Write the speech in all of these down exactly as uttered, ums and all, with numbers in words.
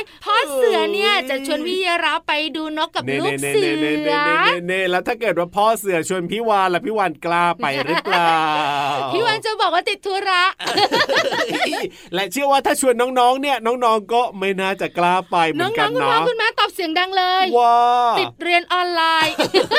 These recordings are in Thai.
พ่อเสือเนี่ยจะชวนพี่ยีราฟไปดูนกกับลูกเสือเน่ๆๆๆๆแล้วถ้าเกิดว่าพ่อเสือชวนพี่วานล่ะพี่วานกล้าไปหรือเปล่าพี่วานจะบอกว่าติดธุระและเชื่อว่าถ้าชวนน้องๆเนี่ยน้องๆก็ไม่น่าจะกล้าไปเหมือนกันนะน้องๆคุณพ่อคุณแม่ตอบเสียงดังเลยว่าติดเรียนออนไลน์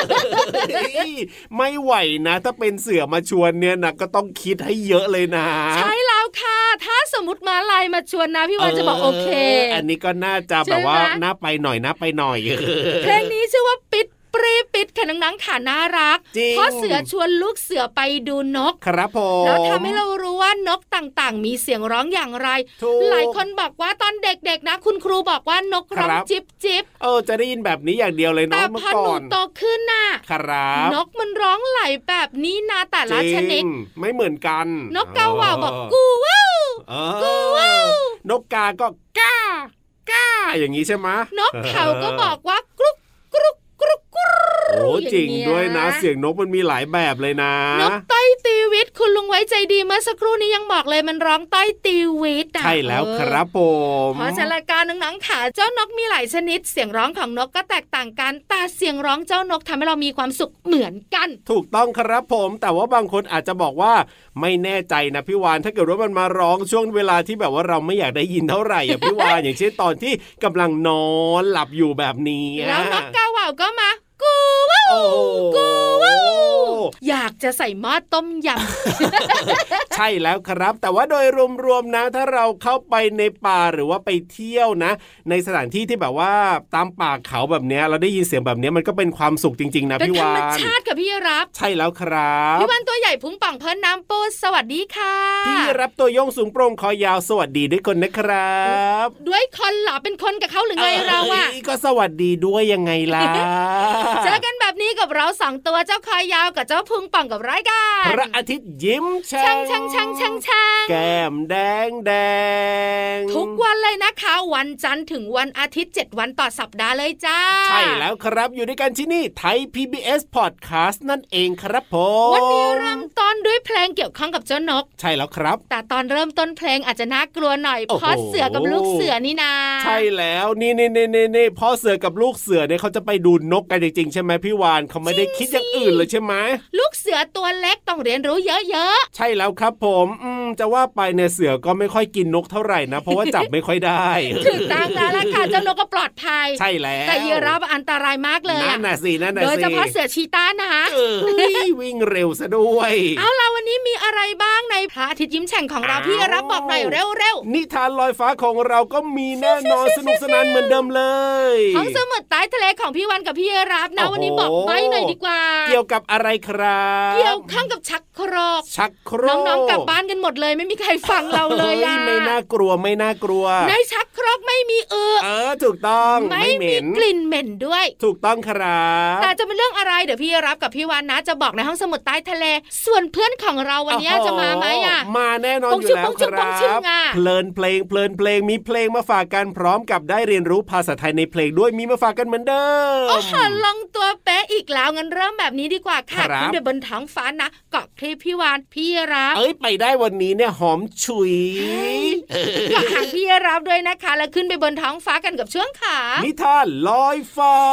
ไม่ไหวนะถ้าเป็นเสือมาชวนเนี่ยนะก็ต้องคิดให้เยอะเลยนะใช่แล้วค่ะถ้าสมมติมาลายมาชวนนะพี่วานจะบอกโอเคอันนี้ก็น่าจะแบบว่าน่าไปหน่อยน่าไปหน่อยเพลงนี้ชื่อว่าปิดปรีปิดค่ะนังๆค่ะน่ารักเพราะเสือชวนลูกเสือไปดูนกครับผมแล้วทำให้เรารู้ว่านกต่างๆมีเสียงร้องอย่างไรหลายคนบอกว่าตอนเด็กๆนะคุณครูบอกว่านกร้องจิบจิบเออจะได้ยินแบบนี้อย่างเดียวเลยเนาะเมื่อก่อนแต่พอหนูโตขึ้นน่ะครับนกมันร้องไหลแบบนี้นะแต่ละชนิดไม่เหมือนกันนกกาว่าบอกกูว้าวกูว้าวนกกาก็ก้าก้าอย่างนี้ใช่ไหมนกเขาก็บอกว่ากรุกกรุกกรุกกรุกโอ้จริงด้วยนะเสียงนกมันมีหลายแบบเลยนะนกต้อยตีวิตคุณลุงไว้ใจดีเมื่อสักครู่นี้ยังบอกเลยมันร้องต้อยตีวิตใช่แล้วครับผมเพราะฉะนั้นการนังๆขาเจ้านกมีหลายชนิดเสียงร้องของนกก็แตกต่างกันแต่เสียงร้องเจ้านกทำให้เรามีความสุขเหมือนกันถูกต้องครับผมแต่ว่าบางคนอาจจะบอกว่าไม่แน่ใจนะพี่วานถ้าเกิดว่ามันมาร้องช่วงเวลาที่แบบว่าเราไม่อยากได้ยินเท่าไหร่อ่ะพี่วานอย่างเช่นตอนที่กำลังนอนหลับอยู่แบบนี้แล้วนกกาว่าวก็มากูว้าวกูว้าวอยากจะใส่หม้อต้มยำ ใช่แล้วครับแต่ว่าโดยรวมๆนะถ้าเราเข้าไปในป่าหรือว่าไปเที่ยวนะในสถานที่ที่แบบว่าตามป่าเขาแบบนี้เราได้ยินเสียงแบบนี้มันก็เป็นความสุขจริงๆนะพี่วานเป็นธรรมชาติกับพี่รับใช่แล้วครับพี่วานตัวใหญ่พุงป่องเพิ่นน้ำปูสวัสดีค่ะพี่รับตัวโยงสูงโปร่งคอยาวสวัสดีด้วยคนนะครับด้วยคนเหรอเป็นคนกับเขาหรือไงเราอ่ะก็สวัสดีด้วยยังไงล่ะเจอกันแบบนี้กับเราสองตัวเจ้าคอยาวกับเจ้าพุงป่องกับรายการพระอาทิตย์ยิ้มแฉ่งช่างช่างช่างช่างแก้มแดงแดงทุกวันเลยนะคะวันจันทร์ถึงวันอาทิตย์เจ็ดวันต่อสัปดาห์เลยจ้าใช่แล้วครับอยู่ด้วยกันที่นี่ไทย พี บี เอส Podcast นั่นเองครับผมวันนี้เริ่มต้นด้วยเพลงเกี่ยวข้องกับเจ้านกใช่แล้วครับแต่ตอนเริ่มต้นเพลงอาจจะน่ากลัวหน่อยพ่อเสือกับลูกเสือนี่นาใช่แล้วนี่นี่นี่นี่พ่อเสือกับลูกเสือเนี่ยเขาจะไปดูนกกันจริงๆใช่ไหมพี่วานเขาไม่ได้คิดอย่างอื่นเลยใช่ไหมลูกเสือตัวเล็กต้องเรียนรู้เยอะๆใช่แล้วครับผมอืมจะว่าไปเนี่ยเสือก็ไม่ค่อยกินนกเท่าไหร่นะเพราะว่าจับไม่ค่อยได้ถูกต้องแล้วล่ะค่ะเจ้านกก็ปลอดภัยใช่แล้วแต่ยีราฟอันตรายมากเลยนั่นน่ะสินั่นน่ะสิโดยเฉพาะเสือชีต้านะเออวิ่งเร็วซะด้วยเอาล่ะวันนี้มีอะไรบ้างในพระอาทิตย์ยิ้มแฉ่งของเราพี่รับบอกหน่อยเร็วๆนิทานลอยฟ้าของเราก็มีแน่นอนสนุกสนานเหมือนเดิมเลยห้องสมุดใต้ทะเลของพี่วันกับพี่รับนะวันนี้บอกใบ้หน่อยดีกว่าเกี่ยวกับอะไรครับเกี่ยวข้องกับชักโครกชักโครกน้องๆกลับบ้านกันหมดเลยไม่มีใครฟังเราเลยอ่ะไม่น่ากลัวไม่น่ากลัวในชักโครกไม่มีเอือเออถูกต้องไม่มีกลิ่นเหม็นด้วยถูกต้องครับแต่จะเป็นเรื่องอะไรเดี๋ยวพี่รับกับพี่วานนะจะบอกในห้องสมุดใต้ทะเลส่วนเพื่อนของเราวันนี้จะมาไหมอ่ะมาแน่นอนอยู่แล้วครับเพลินเพลงเพลินเพลงมีเพลงมาฝากกันพร้อมกับได้เรียนรู้ภาษาไทยในเพลงด้วยมีมาฝากกันเหมือนเดิมโอ้โหลงตัวเป๊ะอีกแล้วงั้นเริ่มแบบนี้ดีกว่าค่ะขึ้นไปบนท้องฟ้านะเกาะคลิปพี่วานพี่รับเอ้ยไปได้วันนี้เนี่ยหอมฉุยเกาะหางพี่รับด้วยนะคะแล้วขึ้นไปบนท้องฟ้ากันกับช่วงขานิทานลอยฟ้า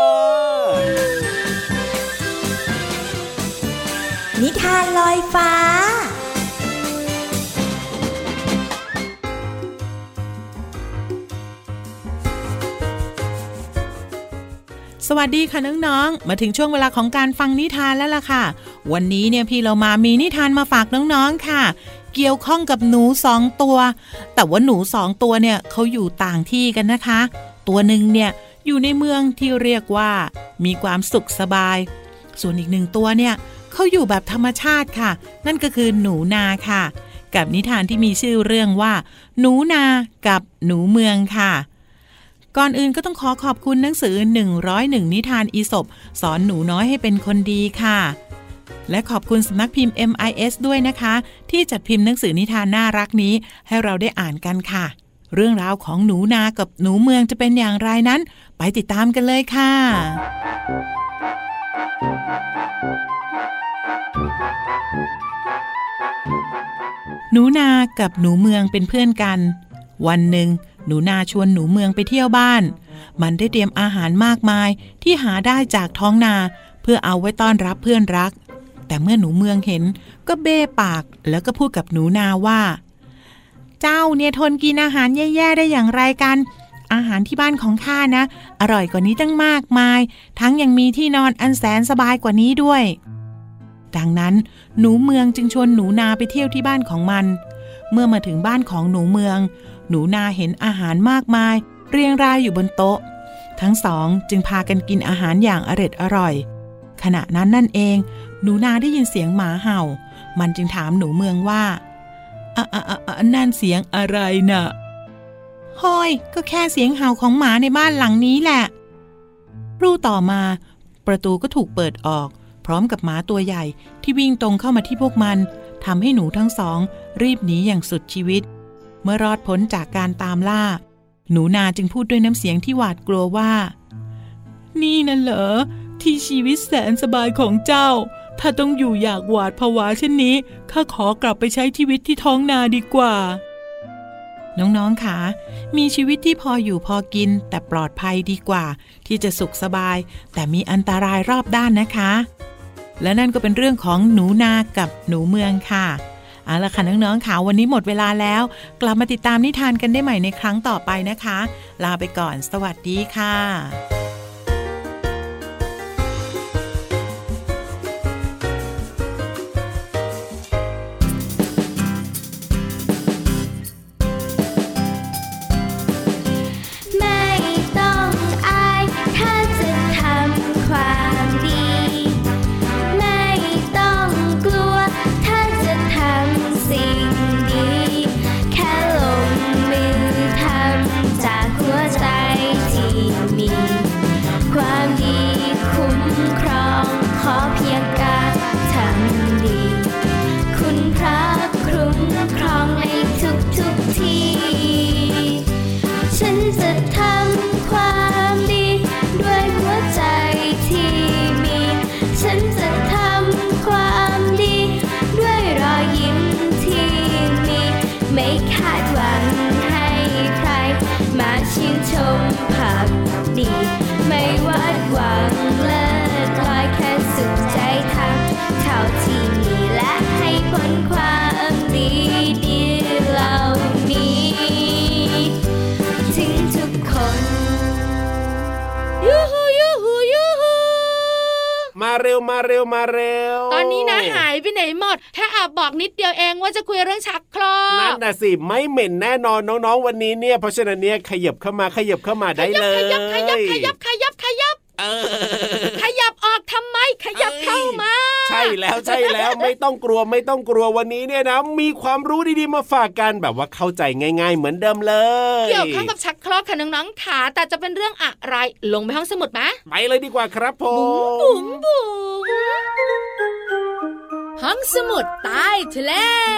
นิทานลอยฟ้าสวัสดีค่ะน้องๆมาถึงช่วงเวลาของการฟังนิทานแล้วล่ะค่ะวันนี้เนี่ยพี่เรามามีนิทานมาฝากน้องๆค่ะเกี่ยวข้องกับหนูสองตัวแต่ว่าหนูสองตัวเนี่ยเขาอยู่ต่างที่กันนะคะตัวหนึ่งเนี่ยอยู่ในเมืองที่เรียกว่ามีความสุขสบายส่วนอีกหนึ่งตัวเนี่ยเขาอยู่แบบธรรมชาติค่ะนั่นก็คือหนูนาค่ะกับนิทานที่มีชื่อเรื่องว่าหนูนากับหนูเมืองค่ะก่อนอื่นก็ต้องขอขอบคุณหนังสือหนึ่งร้อยเอ็ดนิทานอีสปสอนหนูน้อยให้เป็นคนดีค่ะและขอบคุณสำนักพิมพ์ เอ็ม ไอ เอส ด้วยนะคะที่จัดพิมพ์หนังสือนิทานน่ารักนี้ให้เราได้อ่านกันค่ะเรื่องราวของหนูนากับหนูเมืองจะเป็นอย่างไรนั้นไปติดตามกันเลยค่ะหนูนากับหนูเมืองเป็นเพื่อนกันวันหนึ่งหนูนาชวนหนูเมืองไปเที่ยวบ้านมันได้เตรียมอาหารมากมายที่หาได้จากท้องนาเพื่อเอาไว้ต้อนรับเพื่อนรักแต่เมื่อหนูเมืองเห็นก็เบ้ปากแล้วก็พูดกับหนูนาว่าเจ้าเนี่ยทนกินอาหารแย่ๆได้อย่างไรกันอาหารที่บ้านของข้านะอร่อยกว่านี้ตั้งมากมายทั้งยังมีที่นอนอันแสนสบายกว่านี้ด้วยดังนั้นหนูเมืองจึงชวนหนูนาไปเที่ยวที่บ้านของมันเมื่อมาถึงบ้านของหนูเมืองหนูนาเห็นอาหารมากมายเรียงรายอยู่บนโต๊ะทั้งสองจึงพากันกินอาหารอย่างอร็ดอร่อยขณะนั้นนั่นเองหนูนาได้ยินเสียงหมาเห่ามันจึงถามหนูเมืองว่าอะอะอะอะนั่นเสียงอะไรน่ะฮอยก็แค่เสียงเห่าของหมาในบ้านหลังนี้แหละรู้ต่อมาประตูก็ถูกเปิดออกพร้อมกับหมาตัวใหญ่ที่วิ่งตรงเข้ามาที่พวกมันทำให้หนูทั้งสองรีบหนีอย่างสุดชีวิตเมื่อรอดพ้นจากการตามล่าหนูนาจึงพูดด้วยน้ำเสียงที่หวาดกลัวว่านี่น่ะเหรอที่ชีวิตแสนสบายของเจ้าถ้าต้องอยู่อยากหวาดผวาเช่นนี้ข้าขอกลับไปใช้ชีวิตที่ท้องนาดีกว่าน้องๆค่ะมีชีวิตที่พออยู่พอกินแต่ปลอดภัยดีกว่าที่จะสุขสบายแต่มีอันตรายรอบด้านนะคะและนั่นก็เป็นเรื่องของหนูนากับหนูเมืองค่ะเอาล่ะค่ะน้องๆค่ะวันนี้หมดเวลาแล้วกลับมาติดตามนิทานกันได้ใหม่ในครั้งต่อไปนะคะลาไปก่อนสวัสดีค่ะไม่หวาดหวังเลิศลอยแค่สุขใจทำเท่าที่มีและให้ผลความดีดีเหล่านี้ถึงทุกคนยูฮูยูฮูยูฮูมาเร็วมาเร็วมาเร็วตอนนี้นะหายไปไหนหมดแค่อาบบอกนิดเดียวเองว่าจะคุยเรื่องชักโครกนั่นน่ะสิไม่เหม็นแน่นอนน้องๆวันนี้เนี่ยเพราะฉะนั้นเนี่ยขยับเข้ามาขยับเข้ามาได้เลยขยับขยับขยับขยับขยับขยับออกทำไมขยับเข้ามาใช่แล้วใช่แล้วไม่ต้องกลัวไม่ต้องกลัววันนี้เนี่ยนะมีความรู้ดีๆมาฝากกันแบบว่าเข้าใจง่ายๆเหมือนเดิมเลยเกี่ยวข้องกับชักโครกค่ะน้องๆขาแต่จะเป็นเรื่องอะไรลงไปห้องสมุดไหมไปเลยดีกว่าครับผมบุ๋มบุ๋มห้องสมุดใต้ทะเล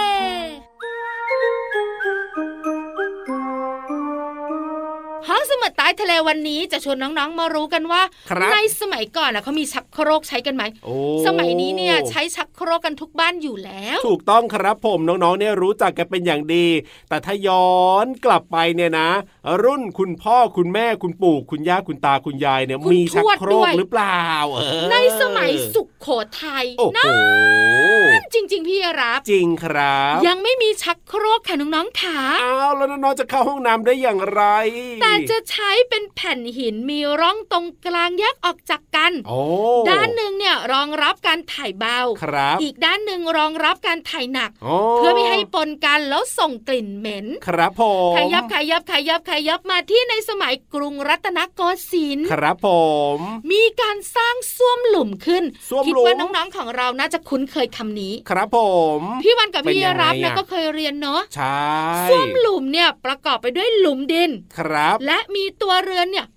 ห้องสมุดใต้ทะเลวันนี้จะชวนน้องๆมารู้กันว่าในสมัยก่อนนะเขามีชักโครกใช้กันไหมสมัยนี้เนี่ยใช้ชักโครกกันทุกบ้านอยู่แล้วถูกต้องครับผมน้องๆเนี่ยรู้จักกันเป็นอย่างดีแต่ถ้าย้อนกลับไปเนี่ยนะรุ่นคุณพ่อคุณแม่คุณปู่คุณย่าคุณตาคุณยายเนี่ยมีชักโครกหรือเปล่าในสมัยสุโขทัยนั่นจริงๆพี่รับจริงครับยังไม่มีชักโครกค่ะน้องๆขาอ้าวแล้วน้องๆจะเข้าห้องน้ำได้อย่างไรแต่จะใช้เป็นแผ่นหินมีร่องตรงกลางแยกออกจากกันด้านหนึ่งเนี่ยรองรับการถ่ายเบาอีกด้านหนึ่งรองรับการถ่ายหนักเพื่อไม่ให้ปนกันแล้วส่งกลิ่นเหม็นครับผมขยับขยับขยับขยับมาที่ในสมัยกรุงรัตนโกสินทร์ครับผมมีการสร้างส้วมหลุมขึ้นคิดว่าน้องๆของเราน่าจะคุ้นเคยคำนี้ครับผมพี่วันกับพี่รับเนี่ยก็เคยเรียนเนาะใช่ส้วมหลุมเนี่ยประกอบไปด้วยหลุมดินครับและมีตัวเรือนเนี่ย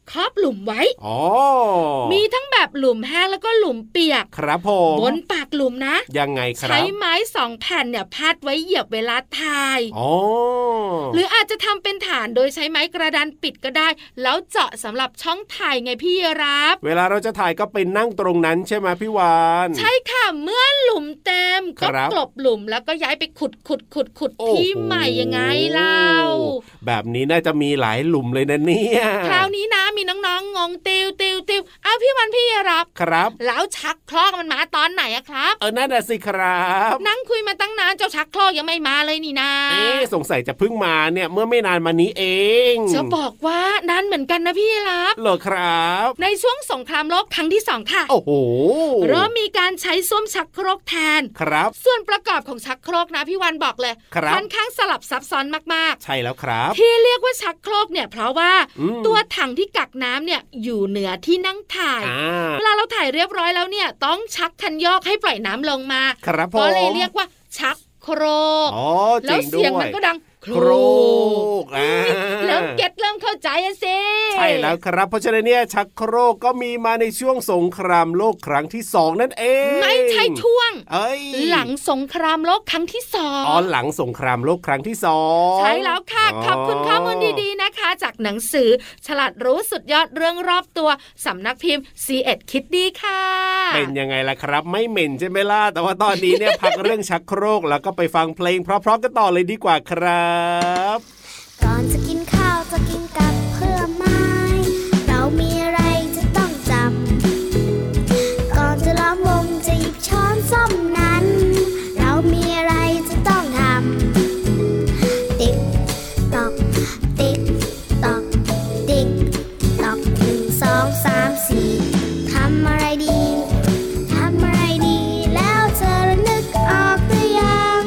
ครอบหลุมไว้อ๋อมีทั้งแบบหลุมแห้งแล้วก็หลุมเปียกครับผมบนปากหลุมนะยังไงครับใช้ไม้สองแผ่นเนี่ยพาดไว้เหยียบเวลาถ่ายอ๋อหรืออาจจะทำเป็นฐานโดยใช้ไม้กระดานปิดก็ได้แล้วเจาะสำหรับช่องถ่ายไงพี่รับเวลาเราจะถ่ายก็ไปนั่งตรงนั้นใช่ไหมพี่วานใช่ค่ะเมื่อหลุมเต็มก็กลบหลุมแล้วก็ย้ายไปขุดขุดขุดขุดที่ใหม่ยังไงเล่าแบบนี้น่าจะมีหลายหลุมเลยนะเนี่ยคราวนี้นะมีน้องๆงงติวติวติวเอาพี่วันพี่รับครับแล้วชักคลอกมันมาตอนไหนอะครับเออนั่นน่ะสิครับนั่งคุยมาตั้งนานเจ้าชักคลอกยังไม่มาเลยนี่นาเอ๊ะสงสัยจะเพิ่งมาเนี่ยเมื่อไม่นานมานี้เองจะบอกว่านานเหมือนกันนะพี่รับเหรอครับในช่วงสงครามโลกครั้งที่สองค่ะโอ้โหเริ่มมีการใช้ส้วมชักโครกแทนครับส่วนประกอบของชักโครกนะพี่วันบอกเลยค่อนข้างสลับซับซ้อนมากๆใช่แล้วครับที่เรียกว่าชักโครกเนี่ยเพราะว่าตัวถังที่กักน้ำเนี่ยอยู่เหนือที่นั่งถ่ายเวลาเราถ่ายเรียบร้อยแล้วเนี่ยต้องชักคันโยกให้ปล่อยน้ำลงมาก็เลยเรียกว่าชักโครกแล้วเสียงมันก็ดังโครกเริ่มเก็ตเริ่มเข้าใจอ่ะสิใช่แล้วครับเพราะฉะนั้นเนี่ยชักโครกก็มีมาในช่วงสงครามโลกครั้งที่สองนั่นเองไม่ใช่ช่วงเอ้ยหลังสงครามโลกครั้งที่สองอ๋อหลังสงครามโลกครั้งที่สองใช่แล้วค่ะขอบคุณข้อมูลดีๆนะคะจากหนังสือฉลาดรู้สุดยอดเรื่องรอบตัวสำนักพิมพ์ ซี เอ็ด คิดดีค่ะเป็นยังไงล่ะครับไม่เหม็นใช่ไหมล่ะแต่ว่าตอนนี้เนี่ย พักเรื่องชักโครกแล้วก็ไปฟังเพลงเพราะๆกันต่อเลยดีกว่าครับก่อนจะกินข้าวจะกินกับเพื่อไม้เรามีอะไรจะต้องจำก่อนจะล้อมวงจะหยิบช้อนส้อมนั้นเรามีอะไรจะต้องทำติ๊กตอกติ๊กตอกติ๊กตอกหนึ่งสองสามสี่ทำอะไรดีทำอะไรดีแล้วเธอนึกออกหรือยัง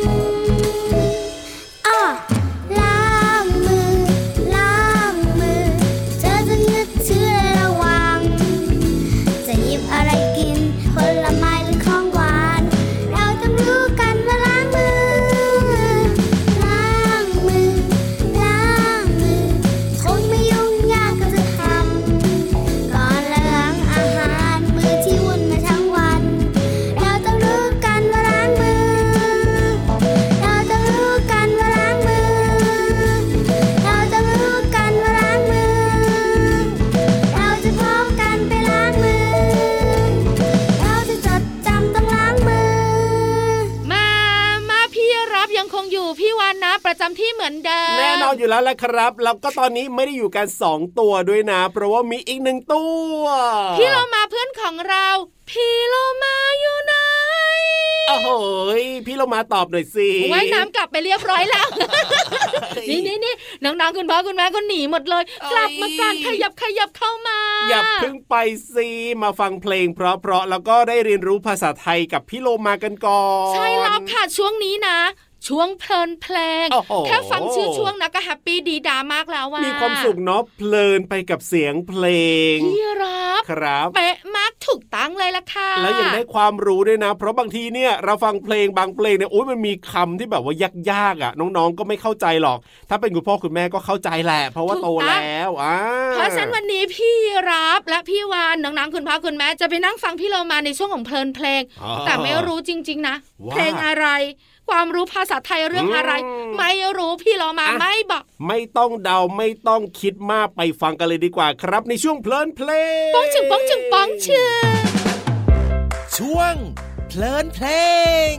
อ้อล้างมือล้างมือเธอจะนึกถึงระวังจะหยิบอะไรกินผลไม้หรือของหวานเราต้องรู้กันว่าล้างมือล้างมือล้างมือคงไม่ยุ่งยากก็จะทำก่อนล้างอาหารมือที่วุ่นมาทั้งวันเราต้องรู้กันว่าล้างมือเราต้องรู้กันว่าล้างมือเราต้องรู้กันว่าล้างมือเราจะพร้อมกันไปล้างมือเราจะจดจำต้องล้างมือมามาพี่รับยังคงอยู่พี่วันนะประจำที่เหมือนเดิมแน่นอนอยู่แล้วแหละครับแล้วก็ตอนนี้ไม่ได้อยู่กันสองตัวด้วยนะเพราะว่ามีอีกหนึ่งตัวพี่โลมาเพื่อนของเราพี่โลมาอยู่ไหนโอ้โหพี่โลมาตอบหน่อยสิว่ายน้ำกลับไปเรียบร้อยแล้ว นี่นี่นี่น้องๆคุณพ่อคุณแม่ก็หนีหมดเลยกลับมาก่อนขยับขยับเข้ามาอย่าเพิ่งไปสิมาฟังเพลงเพราะๆแล้วก็ได้เรียนรู้ภาษาไทยกับพี่โลมากันก่อนใช่แล้วค่ะช่วงนี้นะช่วงเพลินเพลงแค่ฟังชื่อช่วงนะก็แฮปปี้ดีดามากแล้วว่ามีความสุขเนาะเพลินไปกับเสียงเพลงพี่รับครับเป๊ะมากถูกตั้งเลยล่ะค่ะแล้วยังได้ความรู้ด้วยนะเพราะบางทีเนี่ยเราฟังเพลงบางเพลงเนี่ยโอ้ยมันมีคำที่แบบว่ายากๆอ่ะน้องๆก็ไม่เข้าใจหรอกถ้าเป็นคุณพ่อคุณแม่ก็เข้าใจแหละเพราะว่าโตแล้วอ่าเพราะฉะนั้นวันนี้พี่รับและพี่วานน้องๆคุณพ่อคุณแม่จะไปนั่งฟังพี่เรามาในช่วงของเพลินเพลงแต่ไม่รู้จริงๆนะเพลงอะไรความรู้ภาษาไทยเรื่องอะไรไม่รู้พี่เรามาไม่บอกไม่ต้องเดาไม่ต้องคิดมากไปฟังกันเลยดีกว่าครับในช่วงเพลินเพลงป้องชึงป้องชึงป้องชึงช่วงเพลินเพลง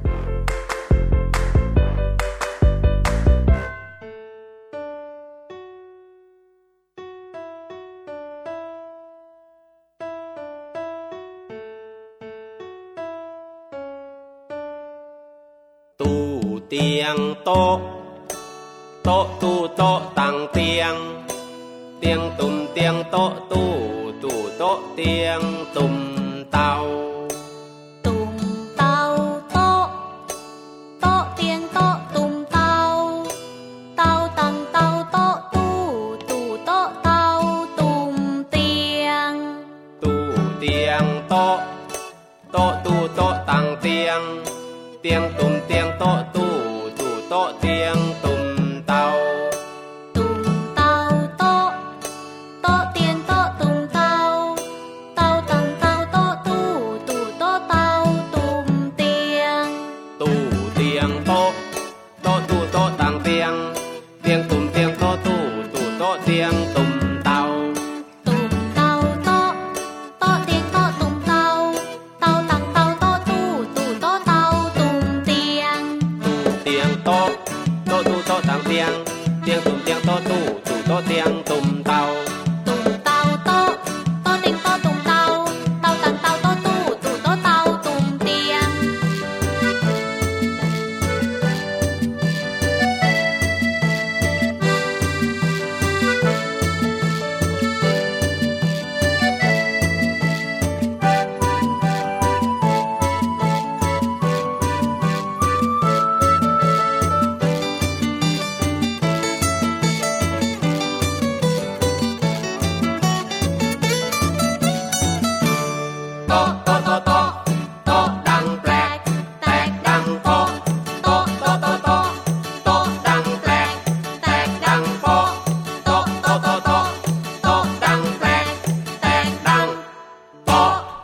เตียงโต๊ะโต๊ะตู้โต๊ะตั้งเตียงเตียงตุ่มเตียงโต๊ะตู้ตู้โต๊ะเตียงตุ่มเตาตุ่มเตาโต๊ะโต๊ะเตียงโต๊ะตุ่มเตาเตาตั้งเตาโต๊ะตู้ตู้โต๊ะเตาตุ่มเตียงตู้เตียงโต๊ะโต๊ะตู้โต๊ะตั้งเตียงเตียงตุ่มเตียงโต๊ะตู้ตู้โต๊ะเตียงตุ่มเตาตุ่มเตาโต๊ะโต๊ะเตี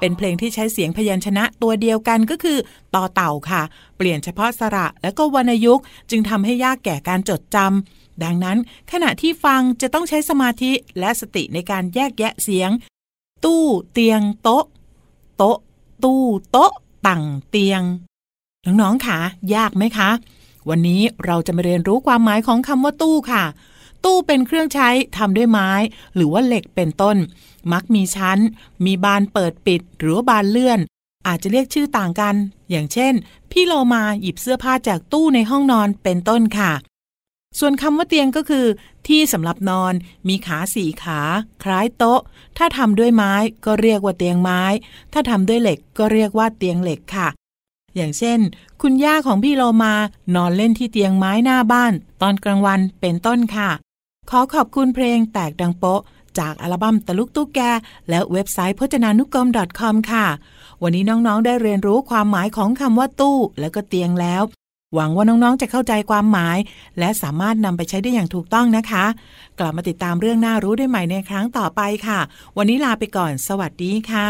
เป็นเพลงที่ใช้เสียงพยัญชนะตัวเดียวกันก็คือต่อเต่าค่ะเปลี่ยนเฉพาะสระและก็วรรณยุกต์จึงทำให้ยากแก่การจดจำดังนั้นขณะที่ฟังจะต้องใช้สมาธิและสติในการแยกแยะเสียงตู้เตียงโต๊ะโต๊ะตู้โต๊ะตั่งเตียงน้องๆค่ะยากไหมคะวันนี้เราจะมาเรียนรู้ความหมายของคำว่าตู้ค่ะตู้เป็นเครื่องใช้ทำด้วยไม้หรือว่าเหล็กเป็นต้นมักมีชั้นมีบานเปิดปิดหรือว่าบานเลื่อนอาจจะเรียกชื่อต่างกันอย่างเช่นพี่โลมาหยิบเสื้อผ้าจากตู้ในห้องนอนเป็นต้นค่ะส่วนคำว่าเตียงก็คือที่สำหรับนอนมีขาสี่ขาคล้ายโต๊ะถ้าทำด้วยไม้ก็เรียกว่าเตียงไม้ถ้าทำด้วยเหล็กก็เรียกว่าเตียงเหล็กค่ะอย่างเช่นคุณย่าของพี่โลมานอนเล่นที่เตียงไม้หน้าบ้านตอนกลางวันเป็นต้นค่ะขอขอบคุณเพลงแตกดังโป๊ะจากอัลบั้มตะลุกตุ๊กแกและเว็บไซต์พจนานุกรม .com ค่ะวันนี้น้องๆได้เรียนรู้ความหมายของคำว่าตู้และก็เตียงแล้วหวังว่าน้องๆจะเข้าใจความหมายและสามารถนำไปใช้ได้อย่างถูกต้องนะคะกลับมาติดตามเรื่องน่ารู้ได้ใหม่ในครั้งต่อไปค่ะวันนี้ลาไปก่อนสวัสดีค่ะ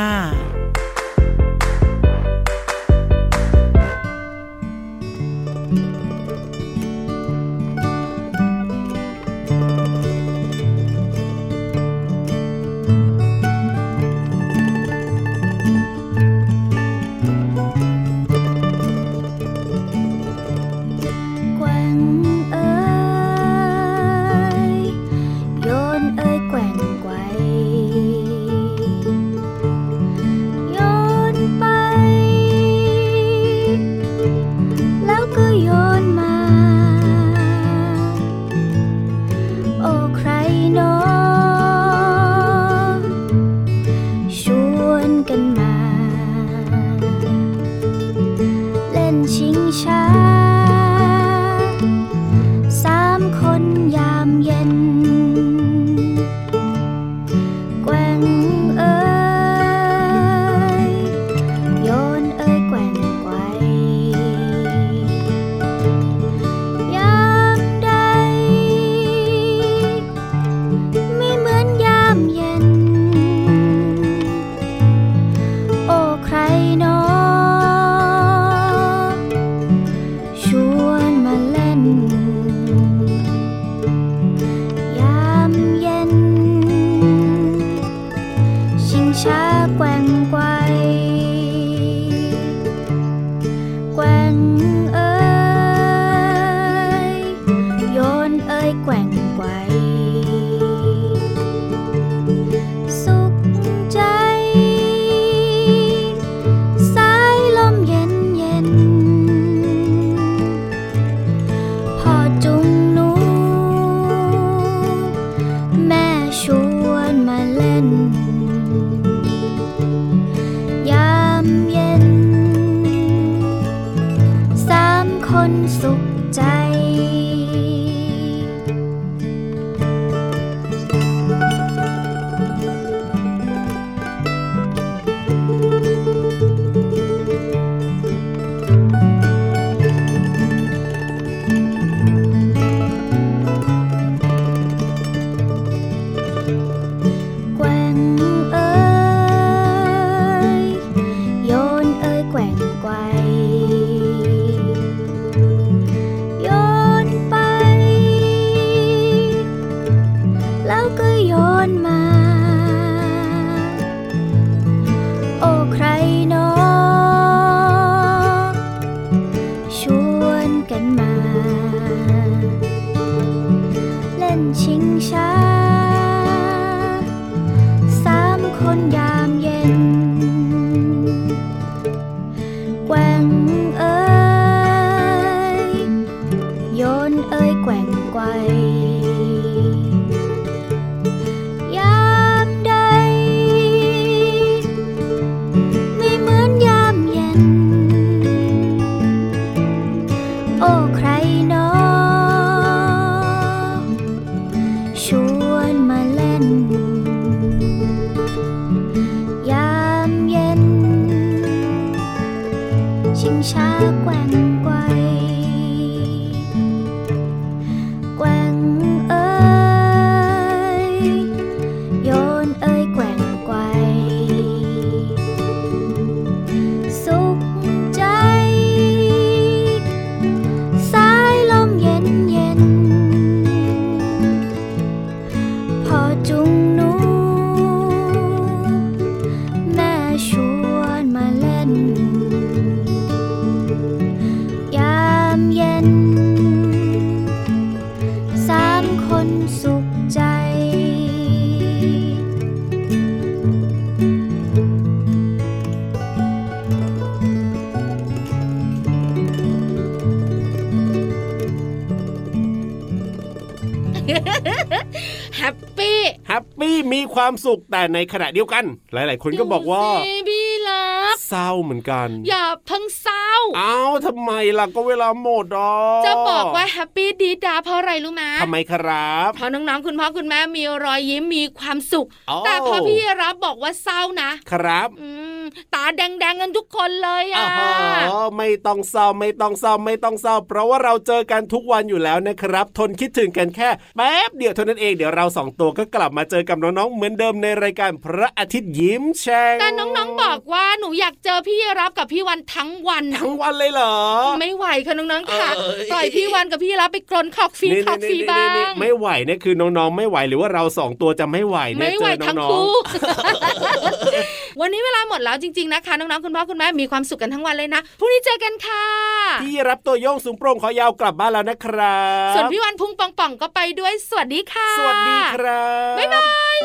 มีความสุขแต่ในขณะเดียวกันหลายๆคนก็บอกว่าพี่ลับเศร้าเหมือนกันอย่าเพิ่งเศร้าอ้าวทำไมล่ะก็เวลาหมดอ่ะจะบอกว่าแฮปปี้ดีดาเพราะอะไรรู้ไหมทำไมครับเพราะน้องๆคุณพ่อคุณแม่มีรอยยิ้มมีความสุขแต่พอพี่รับบอกว่าเศร้านะครับอืมตาแดงๆกันทุกคนเลยอ่ะอ๋อไม่ต้องเศร้าไม่ต้องเศร้าไม่ต้องเศร้าเพราะว่าเราเจอกันทุกวันอยู่แล้วนะครับทนคิดถึงกันแค่แป๊บเดียวเท่านั้นเองเดี๋ยวเราสองตัวก็กลับมาเจอกับน้องๆเหมือนเดิมในรายการพระอาทิตย์ยิ้มแฉ่งแต่น้องๆบอกว่าหนูอยากเจอพี่รับกับพี่วันทั้งวันทั้งวันเลยเหรอไม่ไหวค่ะน้องๆค่ะปล่อยพี่วันกับพี่รับไปกรนคอกฟีคอกฟีบ้างไม่ไหวเนี่ยคือน้องๆไม่ไหวหรือว่าเราสองตัวจะไม่ไหวเนี่ยเจอน้องๆวันนี้เวลาหมดแล้วจริงๆนะคะน้องๆคุณพ่อคุณแม่มีความสุขกันทั้งวันเลยนะพรุ่งนี้เจอกันค่ะพี่รับตัวโยงสูงโปร่งขอยาวกลับบ้านแล้วนะครับส่วนพี่วันพุงป่องๆก็ไปด้วยสวัสดีค่ะสวัสดีครับบ๊ายบาย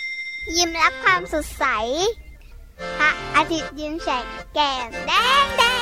ยิ้มรับความสดใสพระอาทิตย์ยิ้มแฉกแก้มแดง